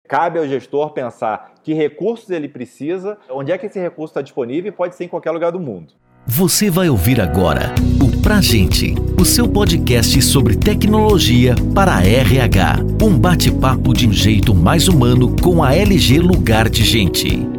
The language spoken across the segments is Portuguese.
Cabe ao gestor pensar que recursos ele precisa, onde é que esse recurso está disponível e pode ser em qualquer lugar do mundo. Você vai ouvir agora o Pra Gente, o seu podcast sobre tecnologia para a RH. Um bate-papo de um jeito mais humano com a LG Lugar de Gente.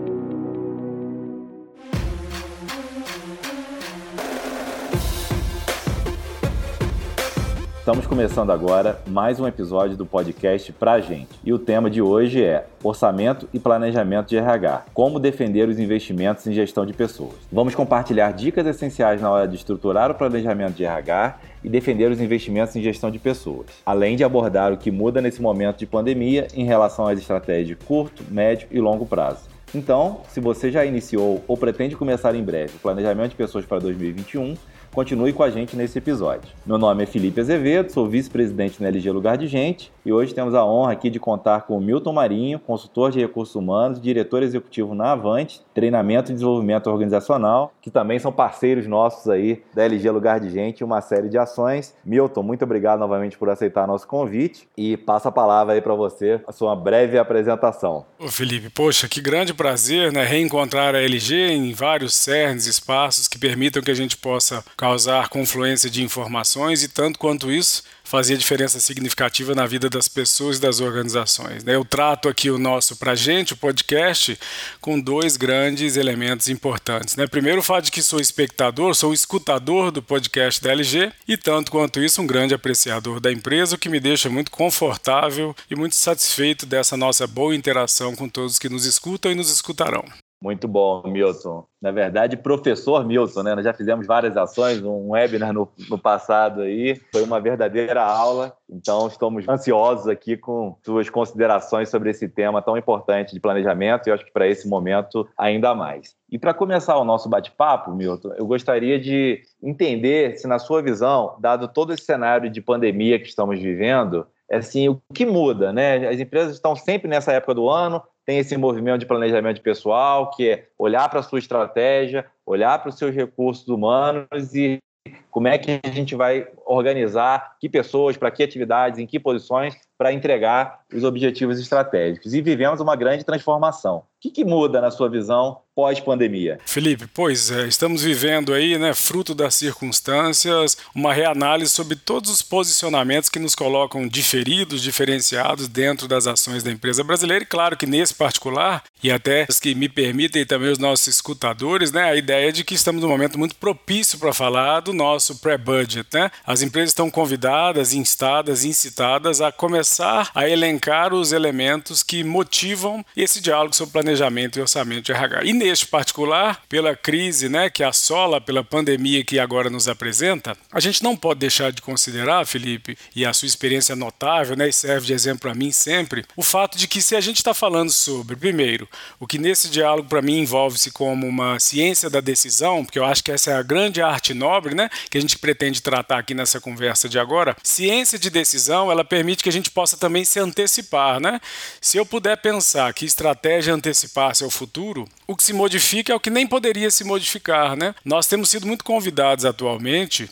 Estamos começando agora mais um episódio do podcast Pra Gente. E o tema de hoje é Orçamento e Planejamento de RH. Como defender os investimentos em gestão de pessoas. Vamos compartilhar dicas essenciais na hora de estruturar o planejamento de RH e defender os investimentos em gestão de pessoas. Além de abordar o que muda nesse momento de pandemia em relação às estratégias de curto, médio e longo prazo. Então, se você já iniciou ou pretende começar em breve o planejamento de pessoas para 2021, continue com a gente nesse episódio. Meu nome é Felipe Azevedo, sou vice-presidente na LG Lugar de Gente e hoje temos a honra aqui de contar com o Milton Marinho, consultor de recursos humanos, diretor executivo na Avante, treinamento e desenvolvimento organizacional, que também são parceiros nossos aí da LG Lugar de Gente e uma série de ações. Milton, muito obrigado novamente por aceitar nosso convite e passo a palavra aí para você, a sua breve apresentação. Ô Felipe, poxa, que grande prazer, né, reencontrar a LG em vários cernes, espaços que permitam que a gente possa causar confluência de informações e, tanto quanto isso, fazer diferença significativa na vida das pessoas e das organizações. Eu trato aqui o nosso Pra Gente, o podcast, com dois grandes elementos importantes. Primeiro, o fato de que sou espectador, sou escutador do podcast da LG e, tanto quanto isso, um grande apreciador da empresa, o que me deixa muito confortável e muito satisfeito dessa nossa boa interação com todos que nos escutam e nos escutarão. Muito bom, Milton. Na verdade, professor Milton, né? Nós já fizemos várias ações, um webinar no passado aí, foi uma verdadeira aula, então estamos ansiosos aqui com suas considerações sobre esse tema tão importante de planejamento e eu acho que para esse momento ainda mais. E para começar o nosso bate-papo, Milton, eu gostaria de entender se na sua visão, dado todo esse cenário de pandemia que estamos vivendo, assim, o que muda, né? As empresas estão sempre nessa época do ano, tem esse movimento de planejamento pessoal, que é olhar para a sua estratégia, olhar para os seus recursos humanos e como é que a gente vai organizar que pessoas, para que atividades, em que posições, para entregar os objetivos estratégicos. E vivemos uma grande transformação. O que muda na sua visão pós-pandemia? Felipe, pois é, estamos vivendo aí, fruto das circunstâncias, uma reanálise sobre todos os posicionamentos que nos colocam diferidos, diferenciados dentro das ações da empresa brasileira e claro que nesse particular, e até os que me permitem também os nossos escutadores, a ideia de que estamos num momento muito propício para falar do nosso pré-budget. As empresas estão convidadas, instadas, incitadas a começar a elencar os elementos que motivam esse diálogo sobre planejamento e orçamento de RH. E neste particular, pela crise que assola, pela pandemia que agora nos apresenta, a gente não pode deixar de considerar, Felipe, e a sua experiência notável, e serve de exemplo para mim sempre, o fato de que se a gente está falando sobre, primeiro, o que nesse diálogo para mim envolve-se como uma ciência da decisão, porque eu acho que essa é a grande arte nobre, que a gente pretende tratar aqui nessa conversa de agora, ciência de decisão, ela permite que a gente possa também se antecipar, Se eu puder pensar que estratégia antecipasse ao futuro, o que se modifica é o que nem poderia se modificar, Nós temos sido muito convidados atualmente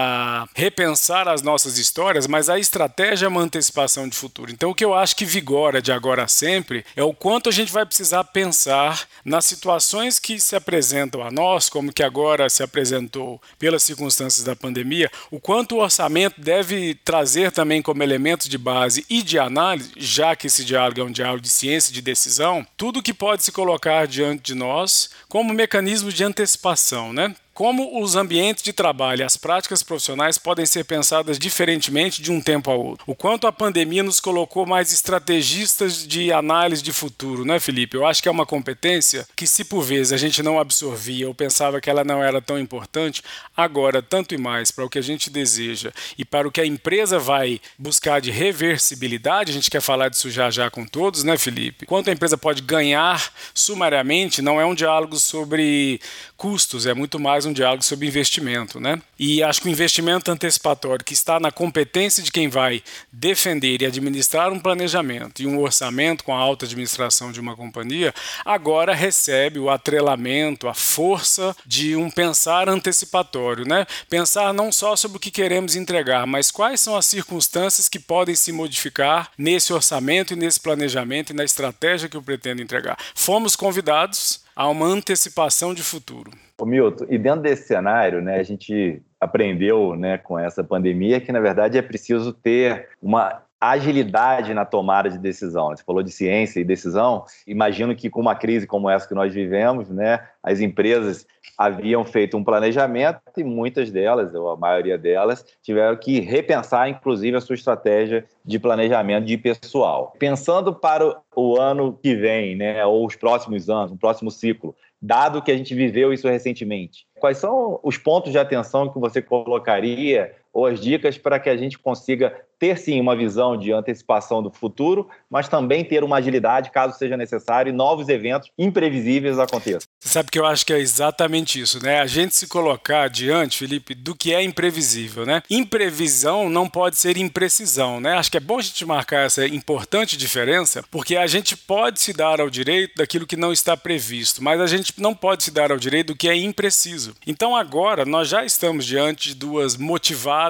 a repensar as nossas histórias, mas a estratégia é uma antecipação de futuro. Então, o que eu acho que vigora de agora a sempre é o quanto a gente vai precisar pensar nas situações que se apresentam a nós, como que agora se apresentou pelas circunstâncias da pandemia, o quanto o orçamento deve trazer também como elemento de base e de análise, já que esse diálogo é um diálogo de ciência e de decisão, tudo que pode se colocar diante de nós como mecanismo de antecipação, Como os ambientes de trabalho e as práticas profissionais podem ser pensadas diferentemente de um tempo a outro. O quanto a pandemia nos colocou mais estrategistas de análise de futuro, Felipe? Eu acho que é uma competência que, se por vezes a gente não absorvia ou pensava que ela não era tão importante, agora, tanto e mais para o que a gente deseja e para o que a empresa vai buscar de reversibilidade, a gente quer falar disso já com todos, Felipe? Quanto a empresa pode ganhar sumariamente, não é um diálogo sobre custos, é muito mais um diálogo sobre investimento, né? E acho que o investimento antecipatório, que está na competência de quem vai defender e administrar um planejamento e um orçamento com a alta administração de uma companhia, agora recebe o atrelamento, a força de um pensar antecipatório, né? Pensar não só sobre o que queremos entregar, mas quais são as circunstâncias que podem se modificar nesse orçamento e nesse planejamento e na estratégia que eu pretendo entregar. Fomos convidados a uma antecipação de futuro. Ô Milton, e dentro desse cenário, né, a gente aprendeu, né, com essa pandemia que, na verdade, é preciso ter uma agilidade na tomada de decisão. Você falou de ciência e decisão. Imagino que com uma crise como essa que nós vivemos, né, as empresas haviam feito um planejamento e muitas delas, ou a maioria delas, tiveram que repensar, inclusive, a sua estratégia de planejamento de pessoal. Pensando para o ano que vem, né, ou os próximos anos, o próximo ciclo, dado que a gente viveu isso recentemente, quais são os pontos de atenção que você colocaria ou as dicas para que a gente consiga ter, sim, uma visão de antecipação do futuro, mas também ter uma agilidade, caso seja necessário, e novos eventos imprevisíveis aconteçam? Você sabe que eu acho que é exatamente isso, né? A gente se colocar diante, Felipe, do que é imprevisível, né? Imprevisão não pode ser imprecisão, né? Acho que é bom a gente marcar essa importante diferença, porque a gente pode se dar ao direito daquilo que não está previsto, mas a gente não pode se dar ao direito do que é impreciso. Então agora nós já estamos diante de duas motivadas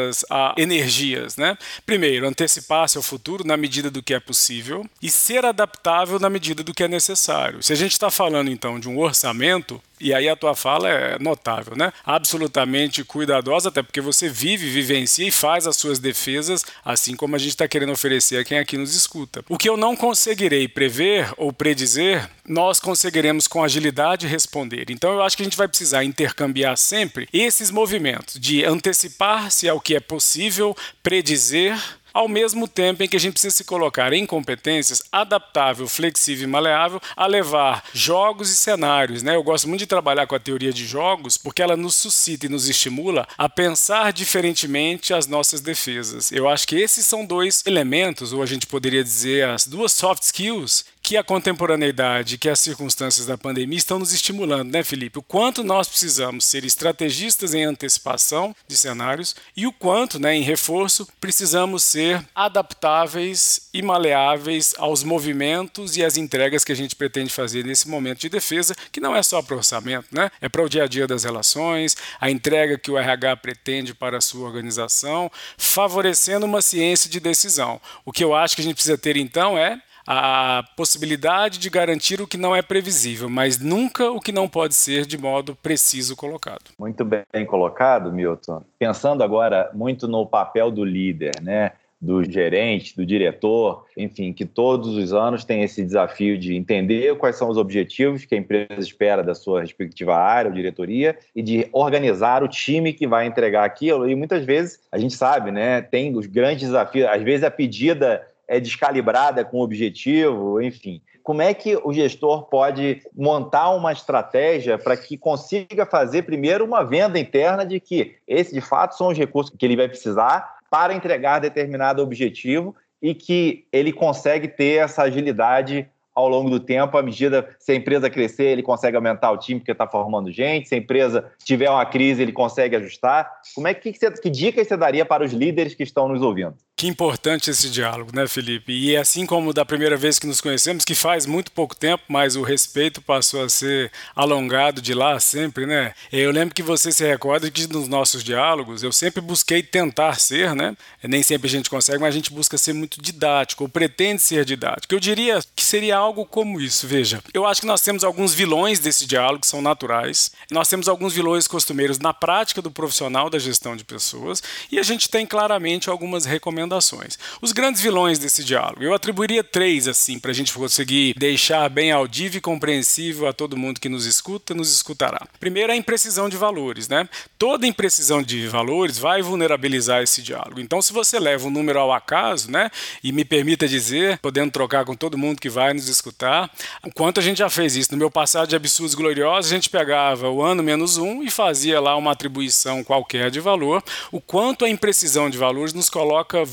energias, né? Primeiro, antecipar-se ao futuro na medida do que é possível e ser adaptável na medida do que é necessário. Se a gente está falando então de um orçamento, e aí a tua fala é notável, né? Absolutamente cuidadosa, até porque você vivencia e faz as suas defesas, assim como a gente está querendo oferecer a quem aqui nos escuta. O que eu não conseguirei prever ou predizer, nós conseguiremos com agilidade responder. Então eu acho que a gente vai precisar intercambiar sempre esses movimentos de antecipar-se ao que é possível, predizer, ao mesmo tempo em que a gente precisa se colocar em competências adaptável, flexível e maleável a levar jogos e cenários, né? Eu gosto muito de trabalhar com a teoria de jogos porque ela nos suscita e nos estimula a pensar diferentemente as nossas defesas. Eu acho que esses são dois elementos, ou a gente poderia dizer as duas soft skills, que a contemporaneidade, que as circunstâncias da pandemia estão nos estimulando, né, Felipe? O quanto nós precisamos ser estrategistas em antecipação de cenários e o quanto, né, em reforço, precisamos ser adaptáveis e maleáveis aos movimentos e às entregas que a gente pretende fazer nesse momento de defesa, que não é só para o orçamento, né? É para o dia a dia das relações, a entrega que o RH pretende para a sua organização, favorecendo uma ciência de decisão. O que eu acho que a gente precisa ter, então, é a possibilidade de garantir o que não é previsível, mas nunca o que não pode ser de modo preciso colocado. Muito bem colocado, Milton. Pensando agora muito no papel do líder, né? Do gerente, do diretor, enfim, que todos os anos tem esse desafio de entender quais são os objetivos que a empresa espera da sua respectiva área ou diretoria e de organizar o time que vai entregar aquilo. E muitas vezes, a gente sabe, né? Tem os grandes desafios, às vezes a pedida é descalibrada com o objetivo, enfim. Como é que o gestor pode montar uma estratégia para que consiga fazer, primeiro, uma venda interna de que esses, de fato, são os recursos que ele vai precisar para entregar determinado objetivo e que ele consegue ter essa agilidade ao longo do tempo, à medida se a empresa crescer, ele consegue aumentar o time porque está formando gente, se a empresa tiver uma crise, ele consegue ajustar. Que dicas você daria para os líderes que estão nos ouvindo? Que importante esse diálogo, né, Felipe? E assim como da primeira vez que nos conhecemos, que faz muito pouco tempo, mas o respeito passou a ser alongado de lá sempre, né? Eu lembro que você se recorda que nos nossos diálogos eu sempre busquei tentar ser, né? Nem sempre a gente consegue, mas a gente busca ser muito didático, ou pretende ser didático. Eu diria que seria algo como isso, veja. Eu acho que nós temos alguns vilões desse diálogo que são naturais. Nós temos alguns vilões costumeiros na prática do profissional da gestão de pessoas e a gente tem claramente algumas recomendações. Os grandes vilões desse diálogo, eu atribuiria 3 assim, para a gente conseguir deixar bem audível e compreensível a todo mundo que nos escuta, nos escutará. Primeiro, a imprecisão de valores, né? Toda imprecisão de valores vai vulnerabilizar esse diálogo. Então, se você leva um número ao acaso, né? E me permita dizer, podendo trocar com todo mundo que vai nos escutar, o quanto a gente já fez isso. No meu passado de absurdos gloriosos, a gente pegava o ano menos 1 e fazia lá uma atribuição qualquer de valor. O quanto a imprecisão de valores nos coloca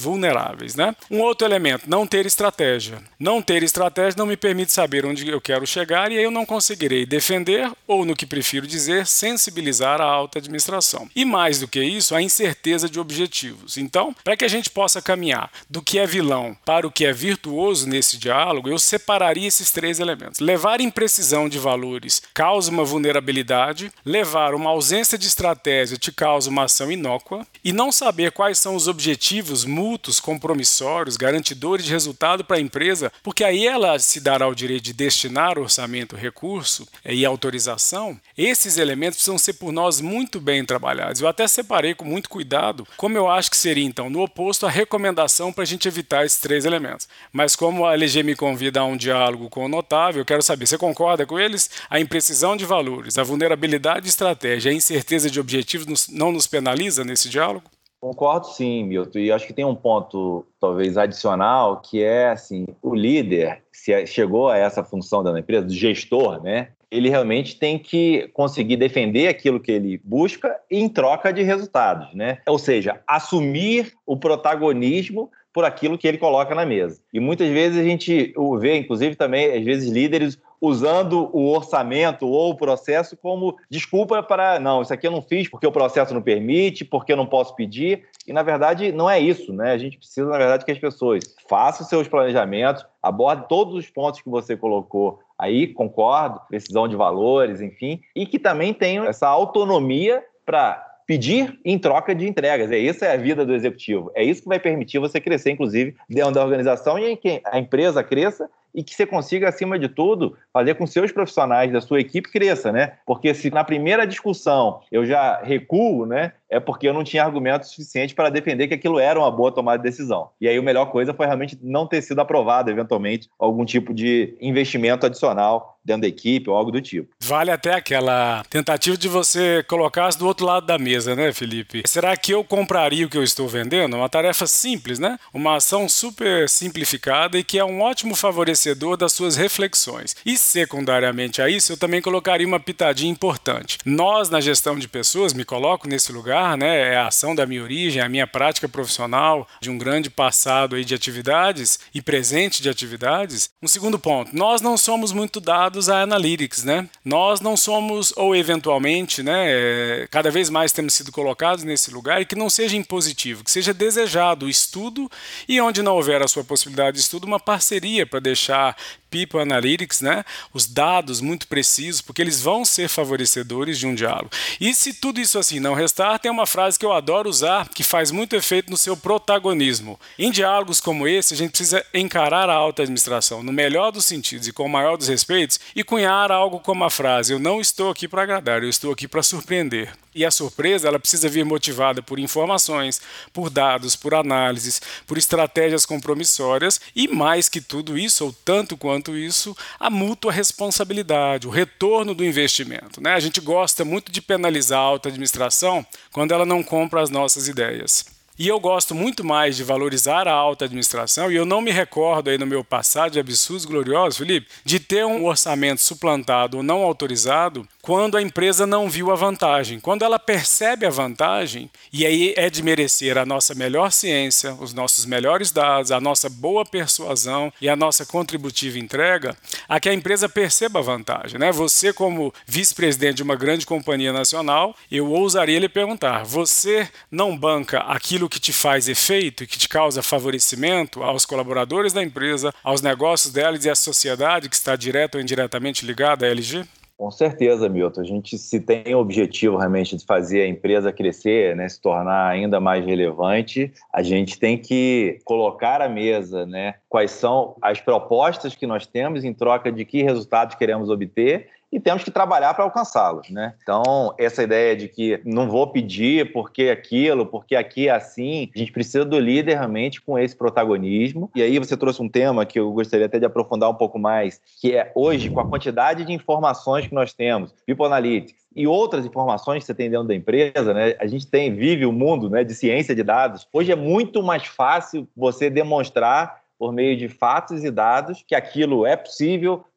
vulneráveis, né? Um outro elemento, não ter estratégia. Não ter estratégia não me permite saber onde eu quero chegar e aí eu não conseguirei defender ou, no que prefiro dizer, sensibilizar a alta administração. E mais do que isso, a incerteza de objetivos. Então, para que a gente possa caminhar do que é vilão para o que é virtuoso nesse diálogo, eu separaria esses 3 elementos. Levar imprecisão de valores causa uma vulnerabilidade, levar uma ausência de estratégia te causa uma ação inócua e não saber quais são os objetivos mútuos, compromissórios, garantidores de resultado para a empresa, porque aí ela se dará o direito de destinar orçamento, recurso e autorização. Esses elementos precisam ser por nós muito bem trabalhados. Eu até separei com muito cuidado como eu acho que seria, então, no oposto, a recomendação para a gente evitar esses 3 elementos. Mas como a LG me convida a um diálogo com o notável, eu quero saber, você concorda com eles? A imprecisão de valores, a vulnerabilidade de estratégia, a incerteza de objetivos não nos penaliza nesse diálogo? Concordo sim, Milton, e acho que tem um ponto talvez adicional, que é assim, o líder, se chegou a essa função da empresa, do gestor, né? Ele realmente tem que conseguir defender aquilo que ele busca em troca de resultados, né? Ou seja, assumir o protagonismo por aquilo que ele coloca na mesa. E muitas vezes a gente vê, inclusive também, às vezes líderes usando o orçamento ou o processo como desculpa para, não, isso aqui eu não fiz porque o processo não permite, porque eu não posso pedir. E, na verdade, não é isso, né? A gente precisa, na verdade, que as pessoas façam seus planejamentos, abordem todos os pontos que você colocou aí, concordo, precisão de valores, enfim, e que também tenham essa autonomia para pedir em troca de entregas. Essa é a vida do executivo. É isso que vai permitir você crescer, inclusive, dentro da organização e em que a empresa cresça e que você consiga, acima de tudo, fazer com que seus profissionais da sua equipe cresça, né? Porque se na primeira discussão eu já recuo, né, é porque eu não tinha argumento suficiente para defender que aquilo era uma boa tomada de decisão. E aí a melhor coisa foi realmente não ter sido aprovado, eventualmente, algum tipo de investimento adicional dentro da equipe ou algo do tipo. Vale até aquela tentativa de você colocar do outro lado da mesa, né, Felipe? Será que eu compraria o que eu estou vendendo? Uma tarefa simples, né? Uma ação super simplificada e que é um ótimo favorecedor das suas reflexões. E, secundariamente a isso, eu também colocaria uma pitadinha importante. Nós, na gestão de pessoas, me coloco nesse lugar, né? É a ação da minha origem, a minha prática profissional, de um grande passado aí de atividades e presente de atividades. Um segundo ponto, nós não somos muito dados a analytics, né? Nós não somos, ou eventualmente, né, cada vez mais temos sido colocados nesse lugar e que não seja impositivo, que seja desejado o estudo e onde não houver a sua possibilidade de estudo, uma parceria para deixar People Analytics, né, os dados muito precisos, porque eles vão ser favorecedores de um diálogo. E se tudo isso assim não restar, tem uma frase que eu adoro usar, que faz muito efeito no seu protagonismo. Em diálogos como esse, a gente precisa encarar a alta administração no melhor dos sentidos e com o maior dos respeitos e cunhar algo como a frase: eu não estou aqui para agradar, eu estou aqui para surpreender. E a surpresa, ela precisa vir motivada por informações, por dados, por análises, por estratégias compromissórias e, mais que tudo isso, ou tanto quanto isso, a mútua responsabilidade, o retorno do investimento, né? A gente gosta muito de penalizar a alta administração quando ela não compra as nossas ideias. E eu gosto muito mais de valorizar a alta administração, e eu não me recordo aí no meu passado de absurdos gloriosos, Felipe, de ter um orçamento suplantado ou não autorizado quando a empresa não viu a vantagem. Quando ela percebe a vantagem, e aí é de merecer a nossa melhor ciência, os nossos melhores dados, a nossa boa persuasão e a nossa contributiva entrega, a que a empresa perceba a vantagem, né? Você, como vice-presidente de uma grande companhia nacional, eu ousaria lhe perguntar: você não banca aquilo que te faz efeito e que te causa favorecimento aos colaboradores da empresa, aos negócios delas e à sociedade que está direta ou indiretamente ligada à LG? Com certeza, Milton. A gente, se tem o objetivo realmente de fazer a empresa crescer, né, se tornar ainda mais relevante, a gente tem que colocar à mesa, né, quais são as propostas que nós temos em troca de que resultados queremos obter e temos que trabalhar para alcançá-los, né? Então, essa ideia de que não vou pedir porque aquilo, porque aqui é assim, a gente precisa do líder realmente com esse protagonismo. E aí você trouxe um tema que eu gostaria até de aprofundar um pouco mais, que é hoje, com a quantidade de informações que nós temos, People Analytics, e outras informações que você tem dentro da empresa, né? A gente vive um mundo, né, de ciência de dados. Hoje é muito mais fácil você demonstrar, por meio de fatos e dados, que aquilo é possível,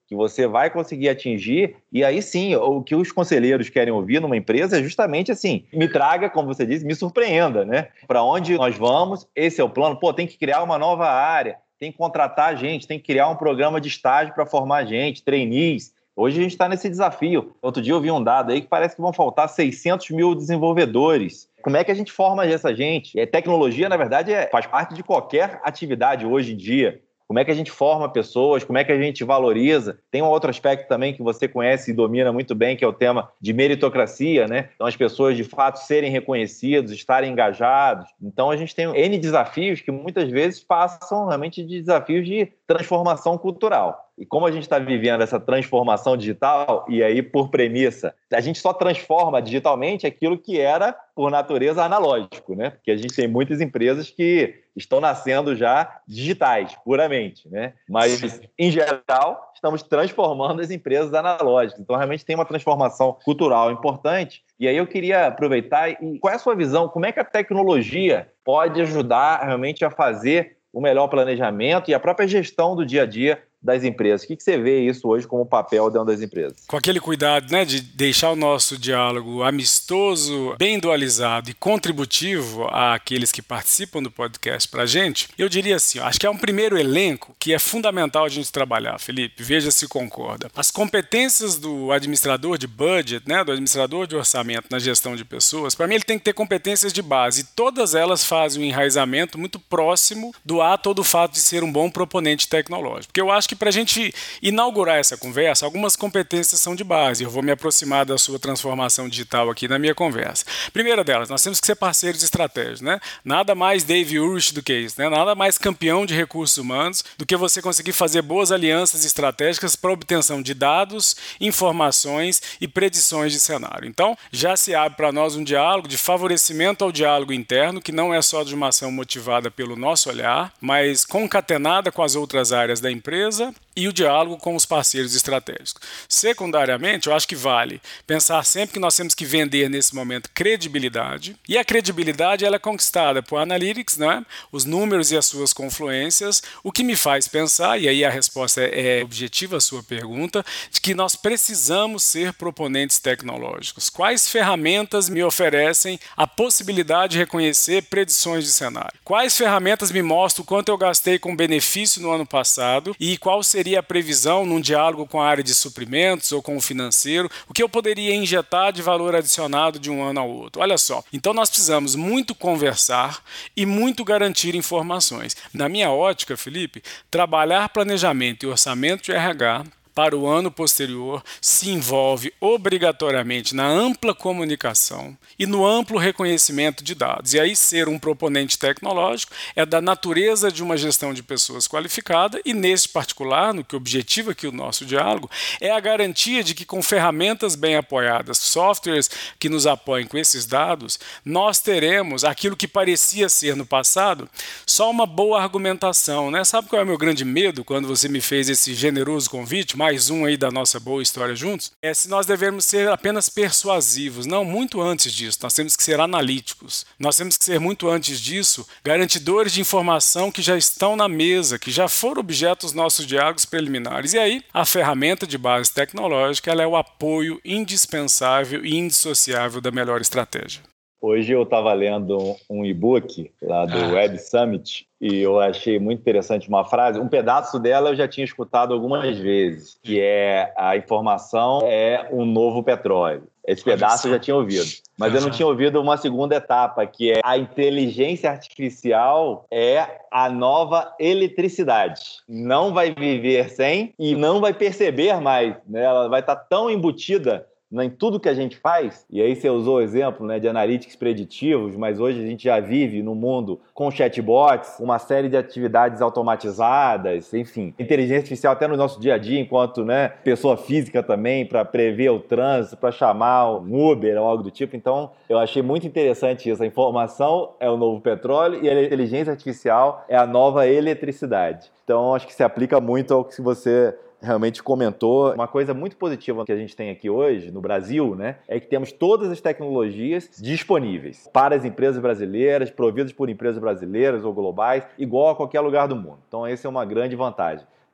que você vai conseguir atingir, e aí sim, o que os conselheiros querem ouvir numa empresa é justamente assim, me traga, como você disse, me surpreenda, né? Para onde nós vamos, esse é o plano, tem que criar uma nova área, tem que contratar gente, tem que criar um programa de estágio para formar gente, trainees. Hoje a gente está nesse desafio. Outro dia eu vi um dado aí que parece que vão faltar 600 mil desenvolvedores. Como é que a gente forma essa gente? Tecnologia, na verdade, faz parte de qualquer atividade hoje em dia. Como é que a gente forma pessoas? Como é que a gente valoriza? Tem um outro aspecto também que você conhece e domina muito bem, que é o tema de meritocracia, né? Então, as pessoas, de fato, serem reconhecidas, estarem engajados. Então, a gente tem N desafios que muitas vezes passam realmente de desafios de transformação cultural. E como a gente está vivendo essa transformação digital, e aí, por premissa, a gente só transforma digitalmente aquilo que era, por natureza, analógico, né? Porque a gente tem muitas empresas que estão nascendo já digitais, puramente, né? Mas, em geral, estamos transformando as empresas analógicas. Então, realmente tem uma transformação cultural importante. E aí eu queria aproveitar, e qual é a sua visão? Como é que a tecnologia pode ajudar realmente a fazer o melhor planejamento e a própria gestão do dia a dia das empresas? O que você vê isso hoje como papel dentro das empresas? Com aquele cuidado, né, de deixar o nosso diálogo amistoso, bem dualizado e contributivo àqueles que participam do podcast para a gente, eu diria assim, acho que é um primeiro elenco que é fundamental a gente trabalhar, Felipe, veja se concorda. As competências do administrador de budget, né, do administrador de orçamento na gestão de pessoas, para mim ele tem que ter competências de base, e todas elas fazem um enraizamento muito próximo do ato ou do fato de ser um bom proponente tecnológico. Porque eu acho que para a gente inaugurar essa conversa, algumas competências são de base. Eu vou me aproximar da sua transformação digital aqui na minha conversa. Primeira delas, nós temos que ser parceiros estratégicos, né? Nada mais Dave Urich do que isso, né? Nada mais campeão de recursos humanos do que você conseguir fazer boas alianças estratégicas para obtenção de dados, informações e predições de cenário. Então, já se abre para nós um diálogo de favorecimento ao diálogo interno, que não é só de uma ação motivada pelo nosso olhar, mas concatenada com as outras áreas da empresa e o diálogo com os parceiros estratégicos. Secundariamente, eu acho que vale pensar sempre que nós temos que vender nesse momento credibilidade, e a credibilidade ela é conquistada por analytics, né? Os números e as suas confluências, o que me faz pensar, e aí a resposta é objetiva à sua pergunta, de que nós precisamos ser proponentes tecnológicos. Quais ferramentas me oferecem a possibilidade de reconhecer predições de cenário? Quais ferramentas me mostram quanto eu gastei com benefício no ano passado e qual seria a previsão num diálogo com a área de suprimentos ou com o financeiro, o que eu poderia injetar de valor adicionado de um ano ao outro. Olha só, então nós precisamos muito conversar e muito garantir informações. Na minha ótica, Felipe, trabalhar planejamento e orçamento de RH para o ano posterior se envolve obrigatoriamente na ampla comunicação e no amplo reconhecimento de dados. E aí ser um proponente tecnológico é da natureza de uma gestão de pessoas qualificada e, nesse particular, no que objetiva aqui o nosso diálogo, é a garantia de que com ferramentas bem apoiadas, softwares que nos apoiem com esses dados, nós teremos aquilo que parecia ser no passado só uma boa argumentação, né? Sabe qual é o meu grande medo quando você me fez esse generoso convite? Mais um aí da nossa boa história juntos, é se nós devemos ser apenas persuasivos. Não, muito antes disso, nós temos que ser analíticos. Nós temos que ser muito antes disso, garantidores de informação que já estão na mesa, que já foram objeto dos nossos diálogos preliminares. E aí, a ferramenta de base tecnológica ela é o apoio indispensável e indissociável da melhor estratégia. Hoje eu estava lendo um e-book lá do Web Summit e eu achei muito interessante uma frase. Um pedaço dela eu já tinha escutado algumas vezes, que é: a informação é um novo petróleo. Esse pedaço eu já tinha ouvido. Mas eu não tinha ouvido uma segunda etapa, que é: a inteligência artificial é a nova eletricidade. Não vai viver sem e não vai perceber mais, né? Ela vai estar tão embutida em tudo que a gente faz. E aí você usou o exemplo, né, de analytics preditivos, mas hoje a gente já vive no mundo com chatbots, uma série de atividades automatizadas, enfim, inteligência artificial até no nosso dia a dia, enquanto, né, pessoa física também, para prever o trânsito, para chamar um Uber ou algo do tipo. Então, eu achei muito interessante isso. A informação é o novo petróleo e a inteligência artificial é a nova eletricidade. Então, acho que se aplica muito ao que você realmente comentou. Uma coisa muito positiva que a gente tem aqui hoje, no Brasil, né, é que temos todas as tecnologias disponíveis para as empresas brasileiras, providas por empresas brasileiras ou globais, igual a qualquer lugar do mundo. Então, essa é uma grande vantagem.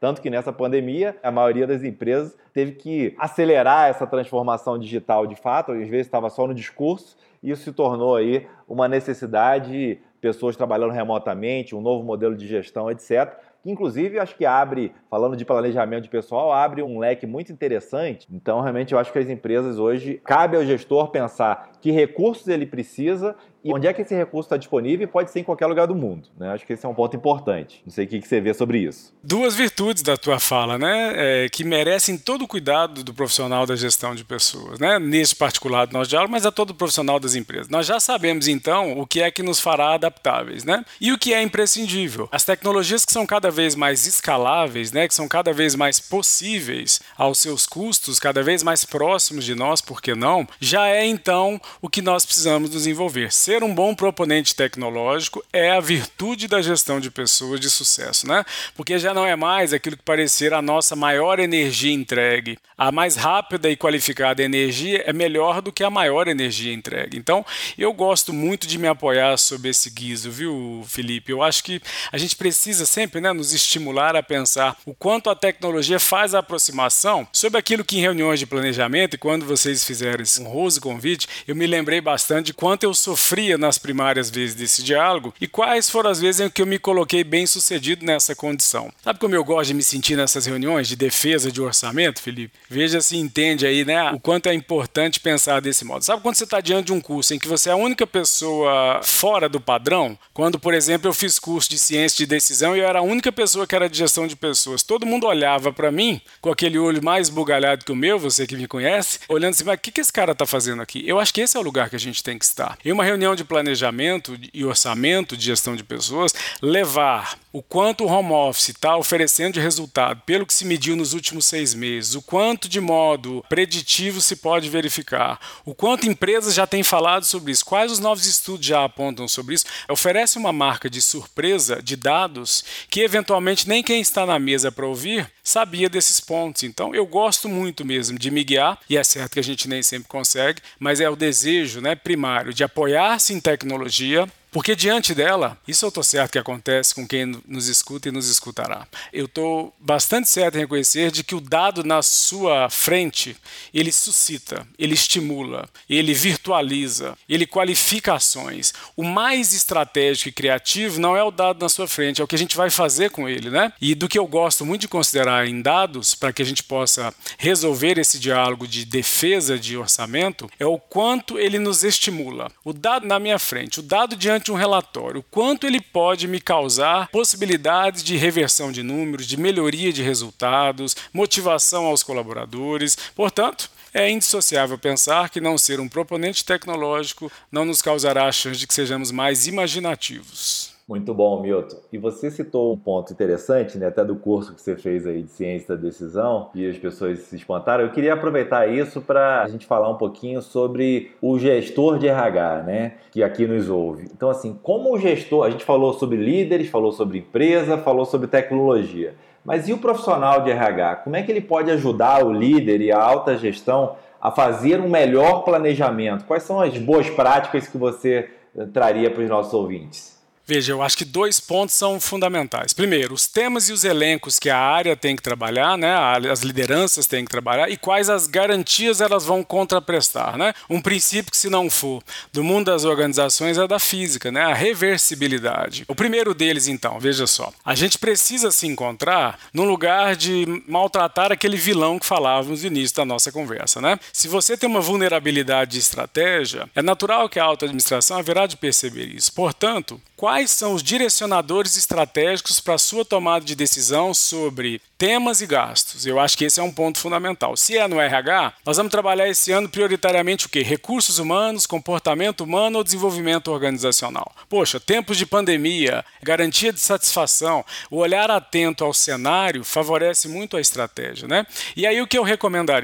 Tanto que nessa pandemia, a maioria das empresas teve que acelerar essa transformação digital de fato, às vezes estava só no discurso, e isso se tornou aí uma necessidade, pessoas trabalhando remotamente, um novo modelo de gestão, etc., que inclusive acho que abre, falando de planejamento de pessoal, abre um leque muito interessante. Então, realmente, eu acho que as empresas hoje, cabe ao gestor pensar que recursos ele precisa e onde é que esse recurso está disponível e pode ser em qualquer lugar do mundo, né? Acho que esse é um ponto importante. Não sei o que você vê sobre isso. Duas virtudes da tua fala, né? Que merecem todo o cuidado do profissional da gestão de pessoas, né? Nesse particular do nosso diálogo, mas a todo profissional das empresas. Nós já sabemos, então, o que é que nos fará adaptáveis, né? E o que é imprescindível. As tecnologias que são cada vez mais escaláveis, né? Que são cada vez mais possíveis aos seus custos, cada vez mais próximos de nós, por que não? Já é, então, o que nós precisamos nos envolver. Ser um bom proponente tecnológico é a virtude da gestão de pessoas de sucesso, né? Porque já não é mais aquilo que parecer a nossa maior energia entregue. A mais rápida e qualificada energia é melhor do que a maior energia entregue. Então, eu gosto muito de me apoiar sob esse guiso, viu, Felipe? Eu acho que a gente precisa sempre, né, nos estimular a pensar o quanto a tecnologia faz a aproximação sobre aquilo que em reuniões de planejamento, e quando vocês fizeram esse honroso convite, eu me lembrei bastante de quanto eu sofria nas primárias vezes desse diálogo e quais foram as vezes em que eu me coloquei bem sucedido nessa condição. Sabe como eu gosto de me sentir nessas reuniões de defesa de orçamento, Felipe? Veja se entende aí, né, o quanto é importante pensar desse modo. Sabe quando você está diante de um curso em que você é a única pessoa fora do padrão? Quando, por exemplo, eu fiz curso de ciência de decisão e eu era a única pessoa que era de gestão de pessoas. Todo mundo olhava para mim com aquele olho mais bugalhado que o meu, você que me conhece, olhando assim, mas o que esse cara está fazendo aqui? Eu acho que esse é o lugar que a gente tem que estar. Em uma reunião de planejamento e orçamento de gestão de pessoas, levar o quanto o home office está oferecendo de resultado pelo que se mediu nos últimos 6 meses, o quanto de modo preditivo se pode verificar, o quanto empresas já têm falado sobre isso, quais os novos estudos já apontam sobre isso, oferece uma marca de surpresa de dados que eventualmente nem quem está na mesa para ouvir sabia desses pontos. Então eu gosto muito mesmo de me guiar, e é certo que a gente nem sempre consegue, mas é o desejo, né, primário de apoiar-se em tecnologia, porque diante dela, isso eu estou certo que acontece com quem nos escuta e nos escutará. Eu estou bastante certo em reconhecer de que o dado na sua frente, ele suscita, ele estimula, ele virtualiza, ele qualifica ações. O mais estratégico e criativo não é o dado na sua frente, é o que a gente vai fazer com ele, né? E do que eu gosto muito de considerar em dados, para que a gente possa resolver esse diálogo de defesa de orçamento, é o quanto ele nos estimula. O dado na minha frente, o dado diante de um relatório, o quanto ele pode me causar possibilidades de reversão de números, de melhoria de resultados, motivação aos colaboradores. Portanto, é indissociável pensar que não ser um proponente tecnológico não nos causará a chance de que sejamos mais imaginativos. Muito bom, Milton. E você citou um ponto interessante, né, até do curso que você fez aí de ciência da decisão, e as pessoas se espantaram. Eu queria aproveitar isso para a gente falar um pouquinho sobre o gestor de RH, né, que aqui nos ouve. Então, assim, como o gestor, a gente falou sobre líderes, falou sobre empresa, falou sobre tecnologia. Mas e o profissional de RH? Como é que ele pode ajudar o líder e a alta gestão a fazer um melhor planejamento? Quais são as boas práticas que você traria para os nossos ouvintes? Veja, eu acho que 2 pontos são fundamentais. Primeiro, os temas e os elencos que a área tem que trabalhar, né? As lideranças têm que trabalhar, e quais as garantias elas vão contraprestar, né? Um princípio que, se não for do mundo das organizações, é da física, né? A reversibilidade. O primeiro deles, então, veja só, a gente precisa se encontrar num lugar de maltratar aquele vilão que falávamos no início da nossa conversa, né? Se você tem uma vulnerabilidade de estratégia, é natural que a alta administração haverá de perceber isso. Portanto, quais são os direcionadores estratégicos para a sua tomada de decisão sobre temas e gastos? Eu acho que esse é um ponto fundamental. Se é no RH, nós vamos trabalhar esse ano prioritariamente o quê? Recursos humanos, comportamento humano ou desenvolvimento organizacional? Poxa, tempos de pandemia, garantia de satisfação, o olhar atento ao cenário favorece muito a estratégia, né? E aí o que eu recomendaria?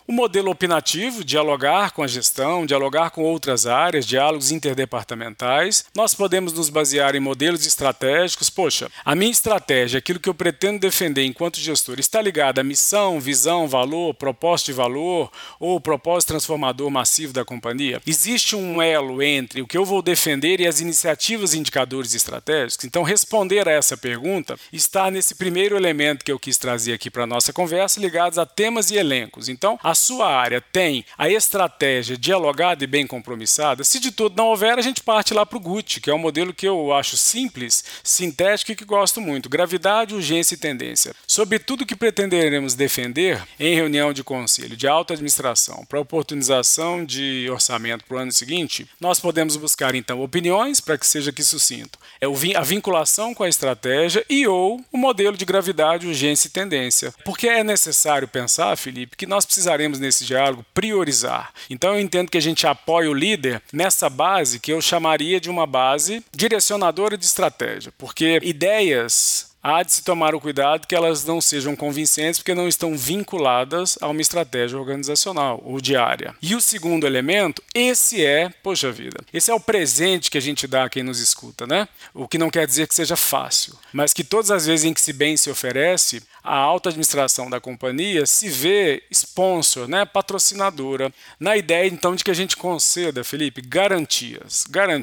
O modelo opinativo, dialogar com a gestão, dialogar com outras áreas, diálogos interdepartamentais. Nós podemos nos basear em modelos estratégicos. Poxa, a minha estratégia, aquilo que eu pretendo defender enquanto gestor, está ligado à missão, visão, valor, propósito de valor ou propósito transformador massivo da companhia? Existe um elo entre o que eu vou defender e as iniciativas e indicadores estratégicos? Então, responder a essa pergunta está nesse primeiro elemento que eu quis trazer aqui para a nossa conversa, ligados a temas e elencos. Então, a sua área tem a estratégia dialogada e bem compromissada? Se de tudo não houver, a gente parte lá para o GUT, que é um modelo que eu acho simples, sintético e que gosto muito. Gravidade, urgência e tendência. Sobre tudo que pretenderemos defender em reunião de conselho de alta administração para oportunização de orçamento para o ano seguinte, nós podemos buscar então opiniões, para que seja aqui sucinto, a vinculação com a estratégia e ou o modelo de gravidade, urgência e tendência. Porque é necessário pensar, Felipe, que nós precisaremos nesse diálogo priorizar. Então eu entendo que a gente apoia o líder nessa base que eu chamaria de uma base direcionadora de estratégia, porque ideias há de se tomar o cuidado que elas não sejam convincentes porque não estão vinculadas a uma estratégia organizacional ou diária. E o segundo elemento, esse é o presente que a gente dá a quem nos escuta, né? O que não quer dizer que seja fácil, mas que todas as vezes em que bem se oferece, a alta administração da companhia se vê sponsor, né, patrocinadora, na ideia então de que a gente conceda, Felipe, garantias,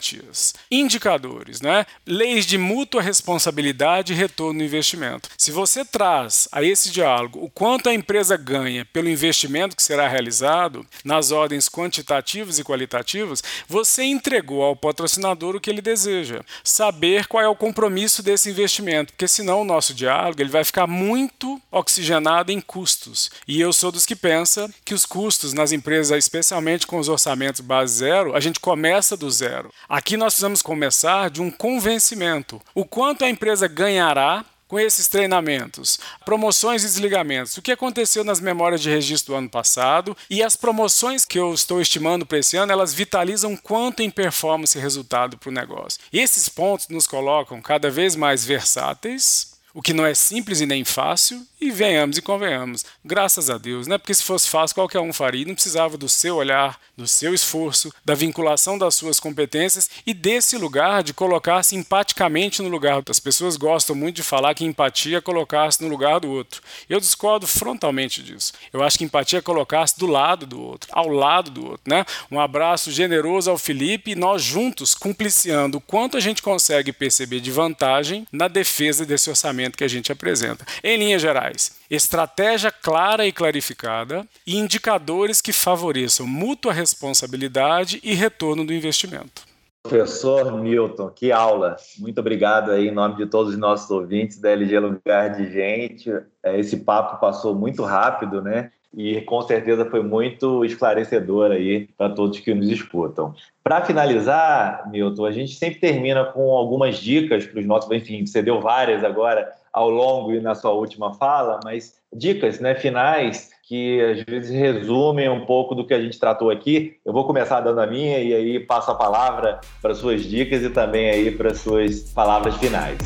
indicadores, né, leis de mútua responsabilidade e retorno no investimento. Se você traz a esse diálogo o quanto a empresa ganha pelo investimento que será realizado, nas ordens quantitativas e qualitativas, você entregou ao patrocinador o que ele deseja, saber qual é o compromisso desse investimento, porque senão o nosso diálogo ele vai ficar muito oxigenado em custos. E eu sou dos que pensa que os custos nas empresas, especialmente com os orçamentos base zero, a gente começa do zero. Aqui nós precisamos começar de um convencimento. O quanto a empresa ganhará com esses treinamentos, promoções e desligamentos, o que aconteceu nas memórias de registro do ano passado e as promoções que eu estou estimando para esse ano, elas vitalizam quanto em performance e resultado para o negócio. Esses pontos nos colocam cada vez mais versáteis, o que não é simples e nem fácil, e venhamos e convenhamos, graças a Deus, né? Porque se fosse fácil qualquer um faria, não precisava do seu olhar, do seu esforço, da vinculação das suas competências e desse lugar de colocar-se empaticamente no lugar. As pessoas gostam muito de falar que empatia é colocar-se no lugar do outro. Eu discordo frontalmente disso. Eu acho que empatia é colocar-se do lado do outro, ao lado do outro, né? Um abraço generoso ao Felipe e nós juntos cumpliciando o quanto a gente consegue perceber de vantagem na defesa desse orçamento que a gente apresenta. Em linhas gerais, estratégia clara e clarificada e indicadores que favoreçam mútua responsabilidade e retorno do investimento. Professor Milton, que aula! Muito obrigado aí em nome de todos os nossos ouvintes da LG Lugar de Gente. Esse papo passou muito rápido, né? E com certeza foi muito esclarecedor aí para todos que nos escutam. Para finalizar, Milton, a gente sempre termina com algumas dicas para os nossos... Enfim, você deu várias agora ao longo e na sua última fala, mas dicas, né, finais que às vezes resumem um pouco do que a gente tratou aqui. Eu vou começar dando a minha e aí passo a palavra para suas dicas e também aí para suas palavras finais.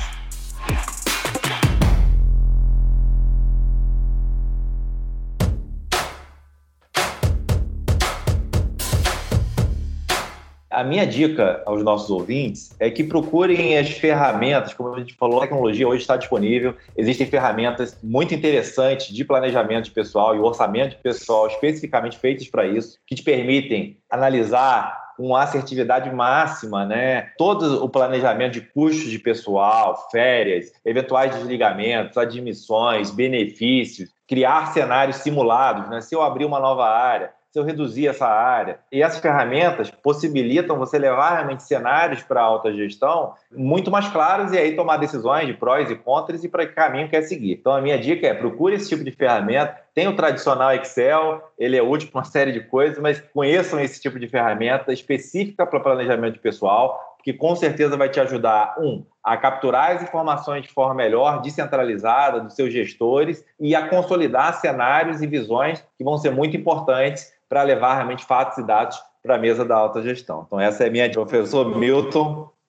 A minha dica aos nossos ouvintes é que procurem as ferramentas, como a gente falou, a tecnologia hoje está disponível, existem ferramentas muito interessantes de planejamento de pessoal e orçamento de pessoal especificamente feitas para isso, que te permitem analisar com assertividade máxima, né, todo o planejamento de custos de pessoal, férias, eventuais desligamentos, admissões, benefícios, criar cenários simulados, né, se eu abrir uma nova área, se eu reduzir essa área. E essas ferramentas possibilitam você levar realmente cenários para a alta gestão muito mais claros e aí tomar decisões de prós e contras e para que caminho quer seguir. Então a minha dica é procure esse tipo de ferramenta. Tem o tradicional Excel, ele é útil para uma série de coisas, mas conheçam esse tipo de ferramenta específica para planejamento de pessoal, que com certeza vai te ajudar, a capturar as informações de forma melhor, descentralizada dos seus gestores e a consolidar cenários e visões que vão ser muito importantes para levar realmente fatos e dados para a mesa da alta gestão. Então essa é a minha dica. Professor Milton,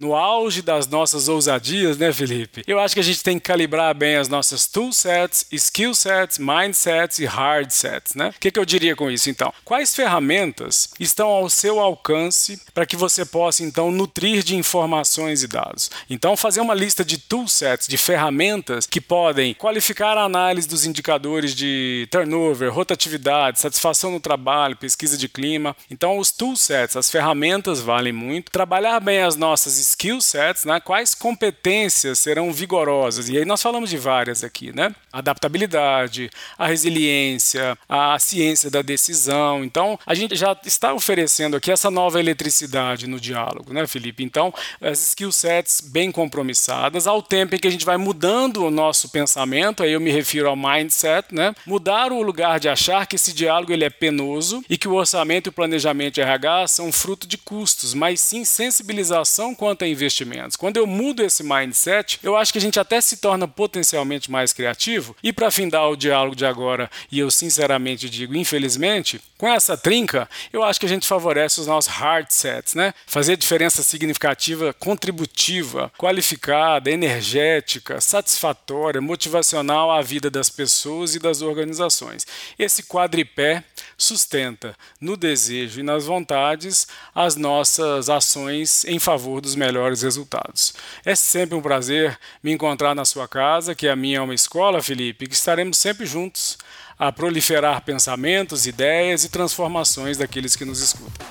no auge das nossas ousadias, né, Felipe? Eu acho que a gente tem que calibrar bem as nossas toolsets, skill sets, mindsets e hard sets, né? O que eu diria com isso, então? Quais ferramentas estão ao seu alcance para que você possa, então, nutrir de informações e dados? Então, fazer uma lista de toolsets, de ferramentas que podem qualificar a análise dos indicadores de turnover, rotatividade, satisfação no trabalho, pesquisa de clima. Então, os toolsets, as ferramentas valem muito. Trabalhar bem as nossas skill sets, né? Quais competências serão vigorosas? E aí nós falamos de várias aqui, né? A adaptabilidade, a resiliência, a ciência da decisão. Então, a gente já está oferecendo aqui essa nova eletricidade no diálogo, né, Felipe? Então, as skill sets bem compromissadas, ao tempo em que a gente vai mudando o nosso pensamento, aí eu me refiro ao mindset, né? Mudar o lugar de achar que esse diálogo ele é penoso e que o orçamento e o planejamento de RH são fruto de custos, mas sim sensibilização quanto a investimentos. Quando eu mudo esse mindset, eu acho que a gente até se torna potencialmente mais criativo. E para findar o diálogo de agora, e eu sinceramente digo, infelizmente, com essa trinca, eu acho que a gente favorece os nossos hard sets, né? Fazer diferença significativa, contributiva, qualificada, energética, satisfatória, motivacional à vida das pessoas e das organizações. Esse quadripé sustenta no desejo e nas vontades as nossas ações em favor dos melhores resultados. É sempre um prazer me encontrar na sua casa, que a minha é uma escola, Felipe, que estaremos sempre juntos a proliferar pensamentos, ideias e transformações daqueles que nos escutam.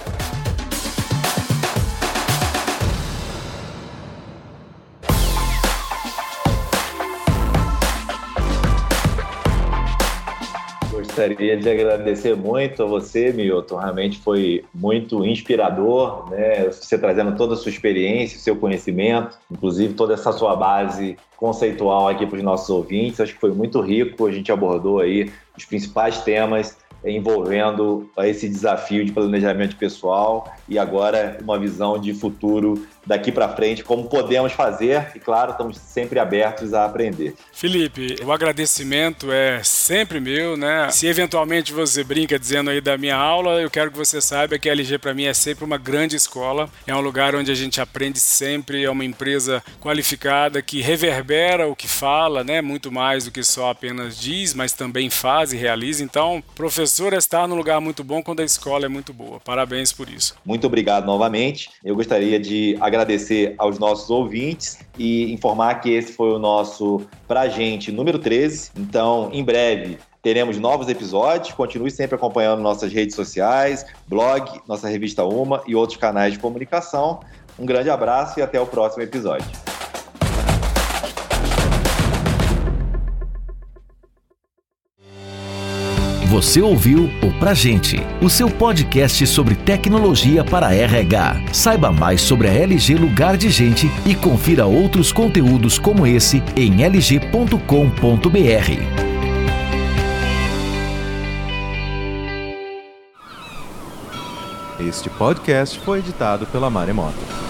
Gostaria de agradecer muito a você, Milton. Realmente foi muito inspirador, né? Você trazendo toda a sua experiência, o seu conhecimento, inclusive toda essa sua base conceitual aqui para os nossos ouvintes. Acho que foi muito rico. A gente abordou aí os principais temas envolvendo esse desafio de planejamento pessoal e agora uma visão de futuro daqui para frente, como podemos fazer e, claro, estamos sempre abertos a aprender. Felipe, o agradecimento é sempre meu, né? Se eventualmente você brinca dizendo aí da minha aula, eu quero que você saiba que a LG para mim é sempre uma grande escola, é um lugar onde a gente aprende sempre, é uma empresa qualificada que reverbera o que fala, né? Muito mais do que só apenas diz, mas também faz e realiza. Então, professor está num lugar muito bom quando a escola é muito boa. Parabéns por isso. Muito obrigado novamente. Eu gostaria de agradecer aos nossos ouvintes e informar que esse foi o nosso Pra Gente número 13. Então, em breve, teremos novos episódios. Continue sempre acompanhando nossas redes sociais, blog, nossa revista Uma e outros canais de comunicação. Um grande abraço e até o próximo episódio. Você ouviu o Pra Gente, o seu podcast sobre tecnologia para RH. Saiba mais sobre a LG Lugar de Gente e confira outros conteúdos como esse em lg.com.br. Este podcast foi editado pela Maremoto.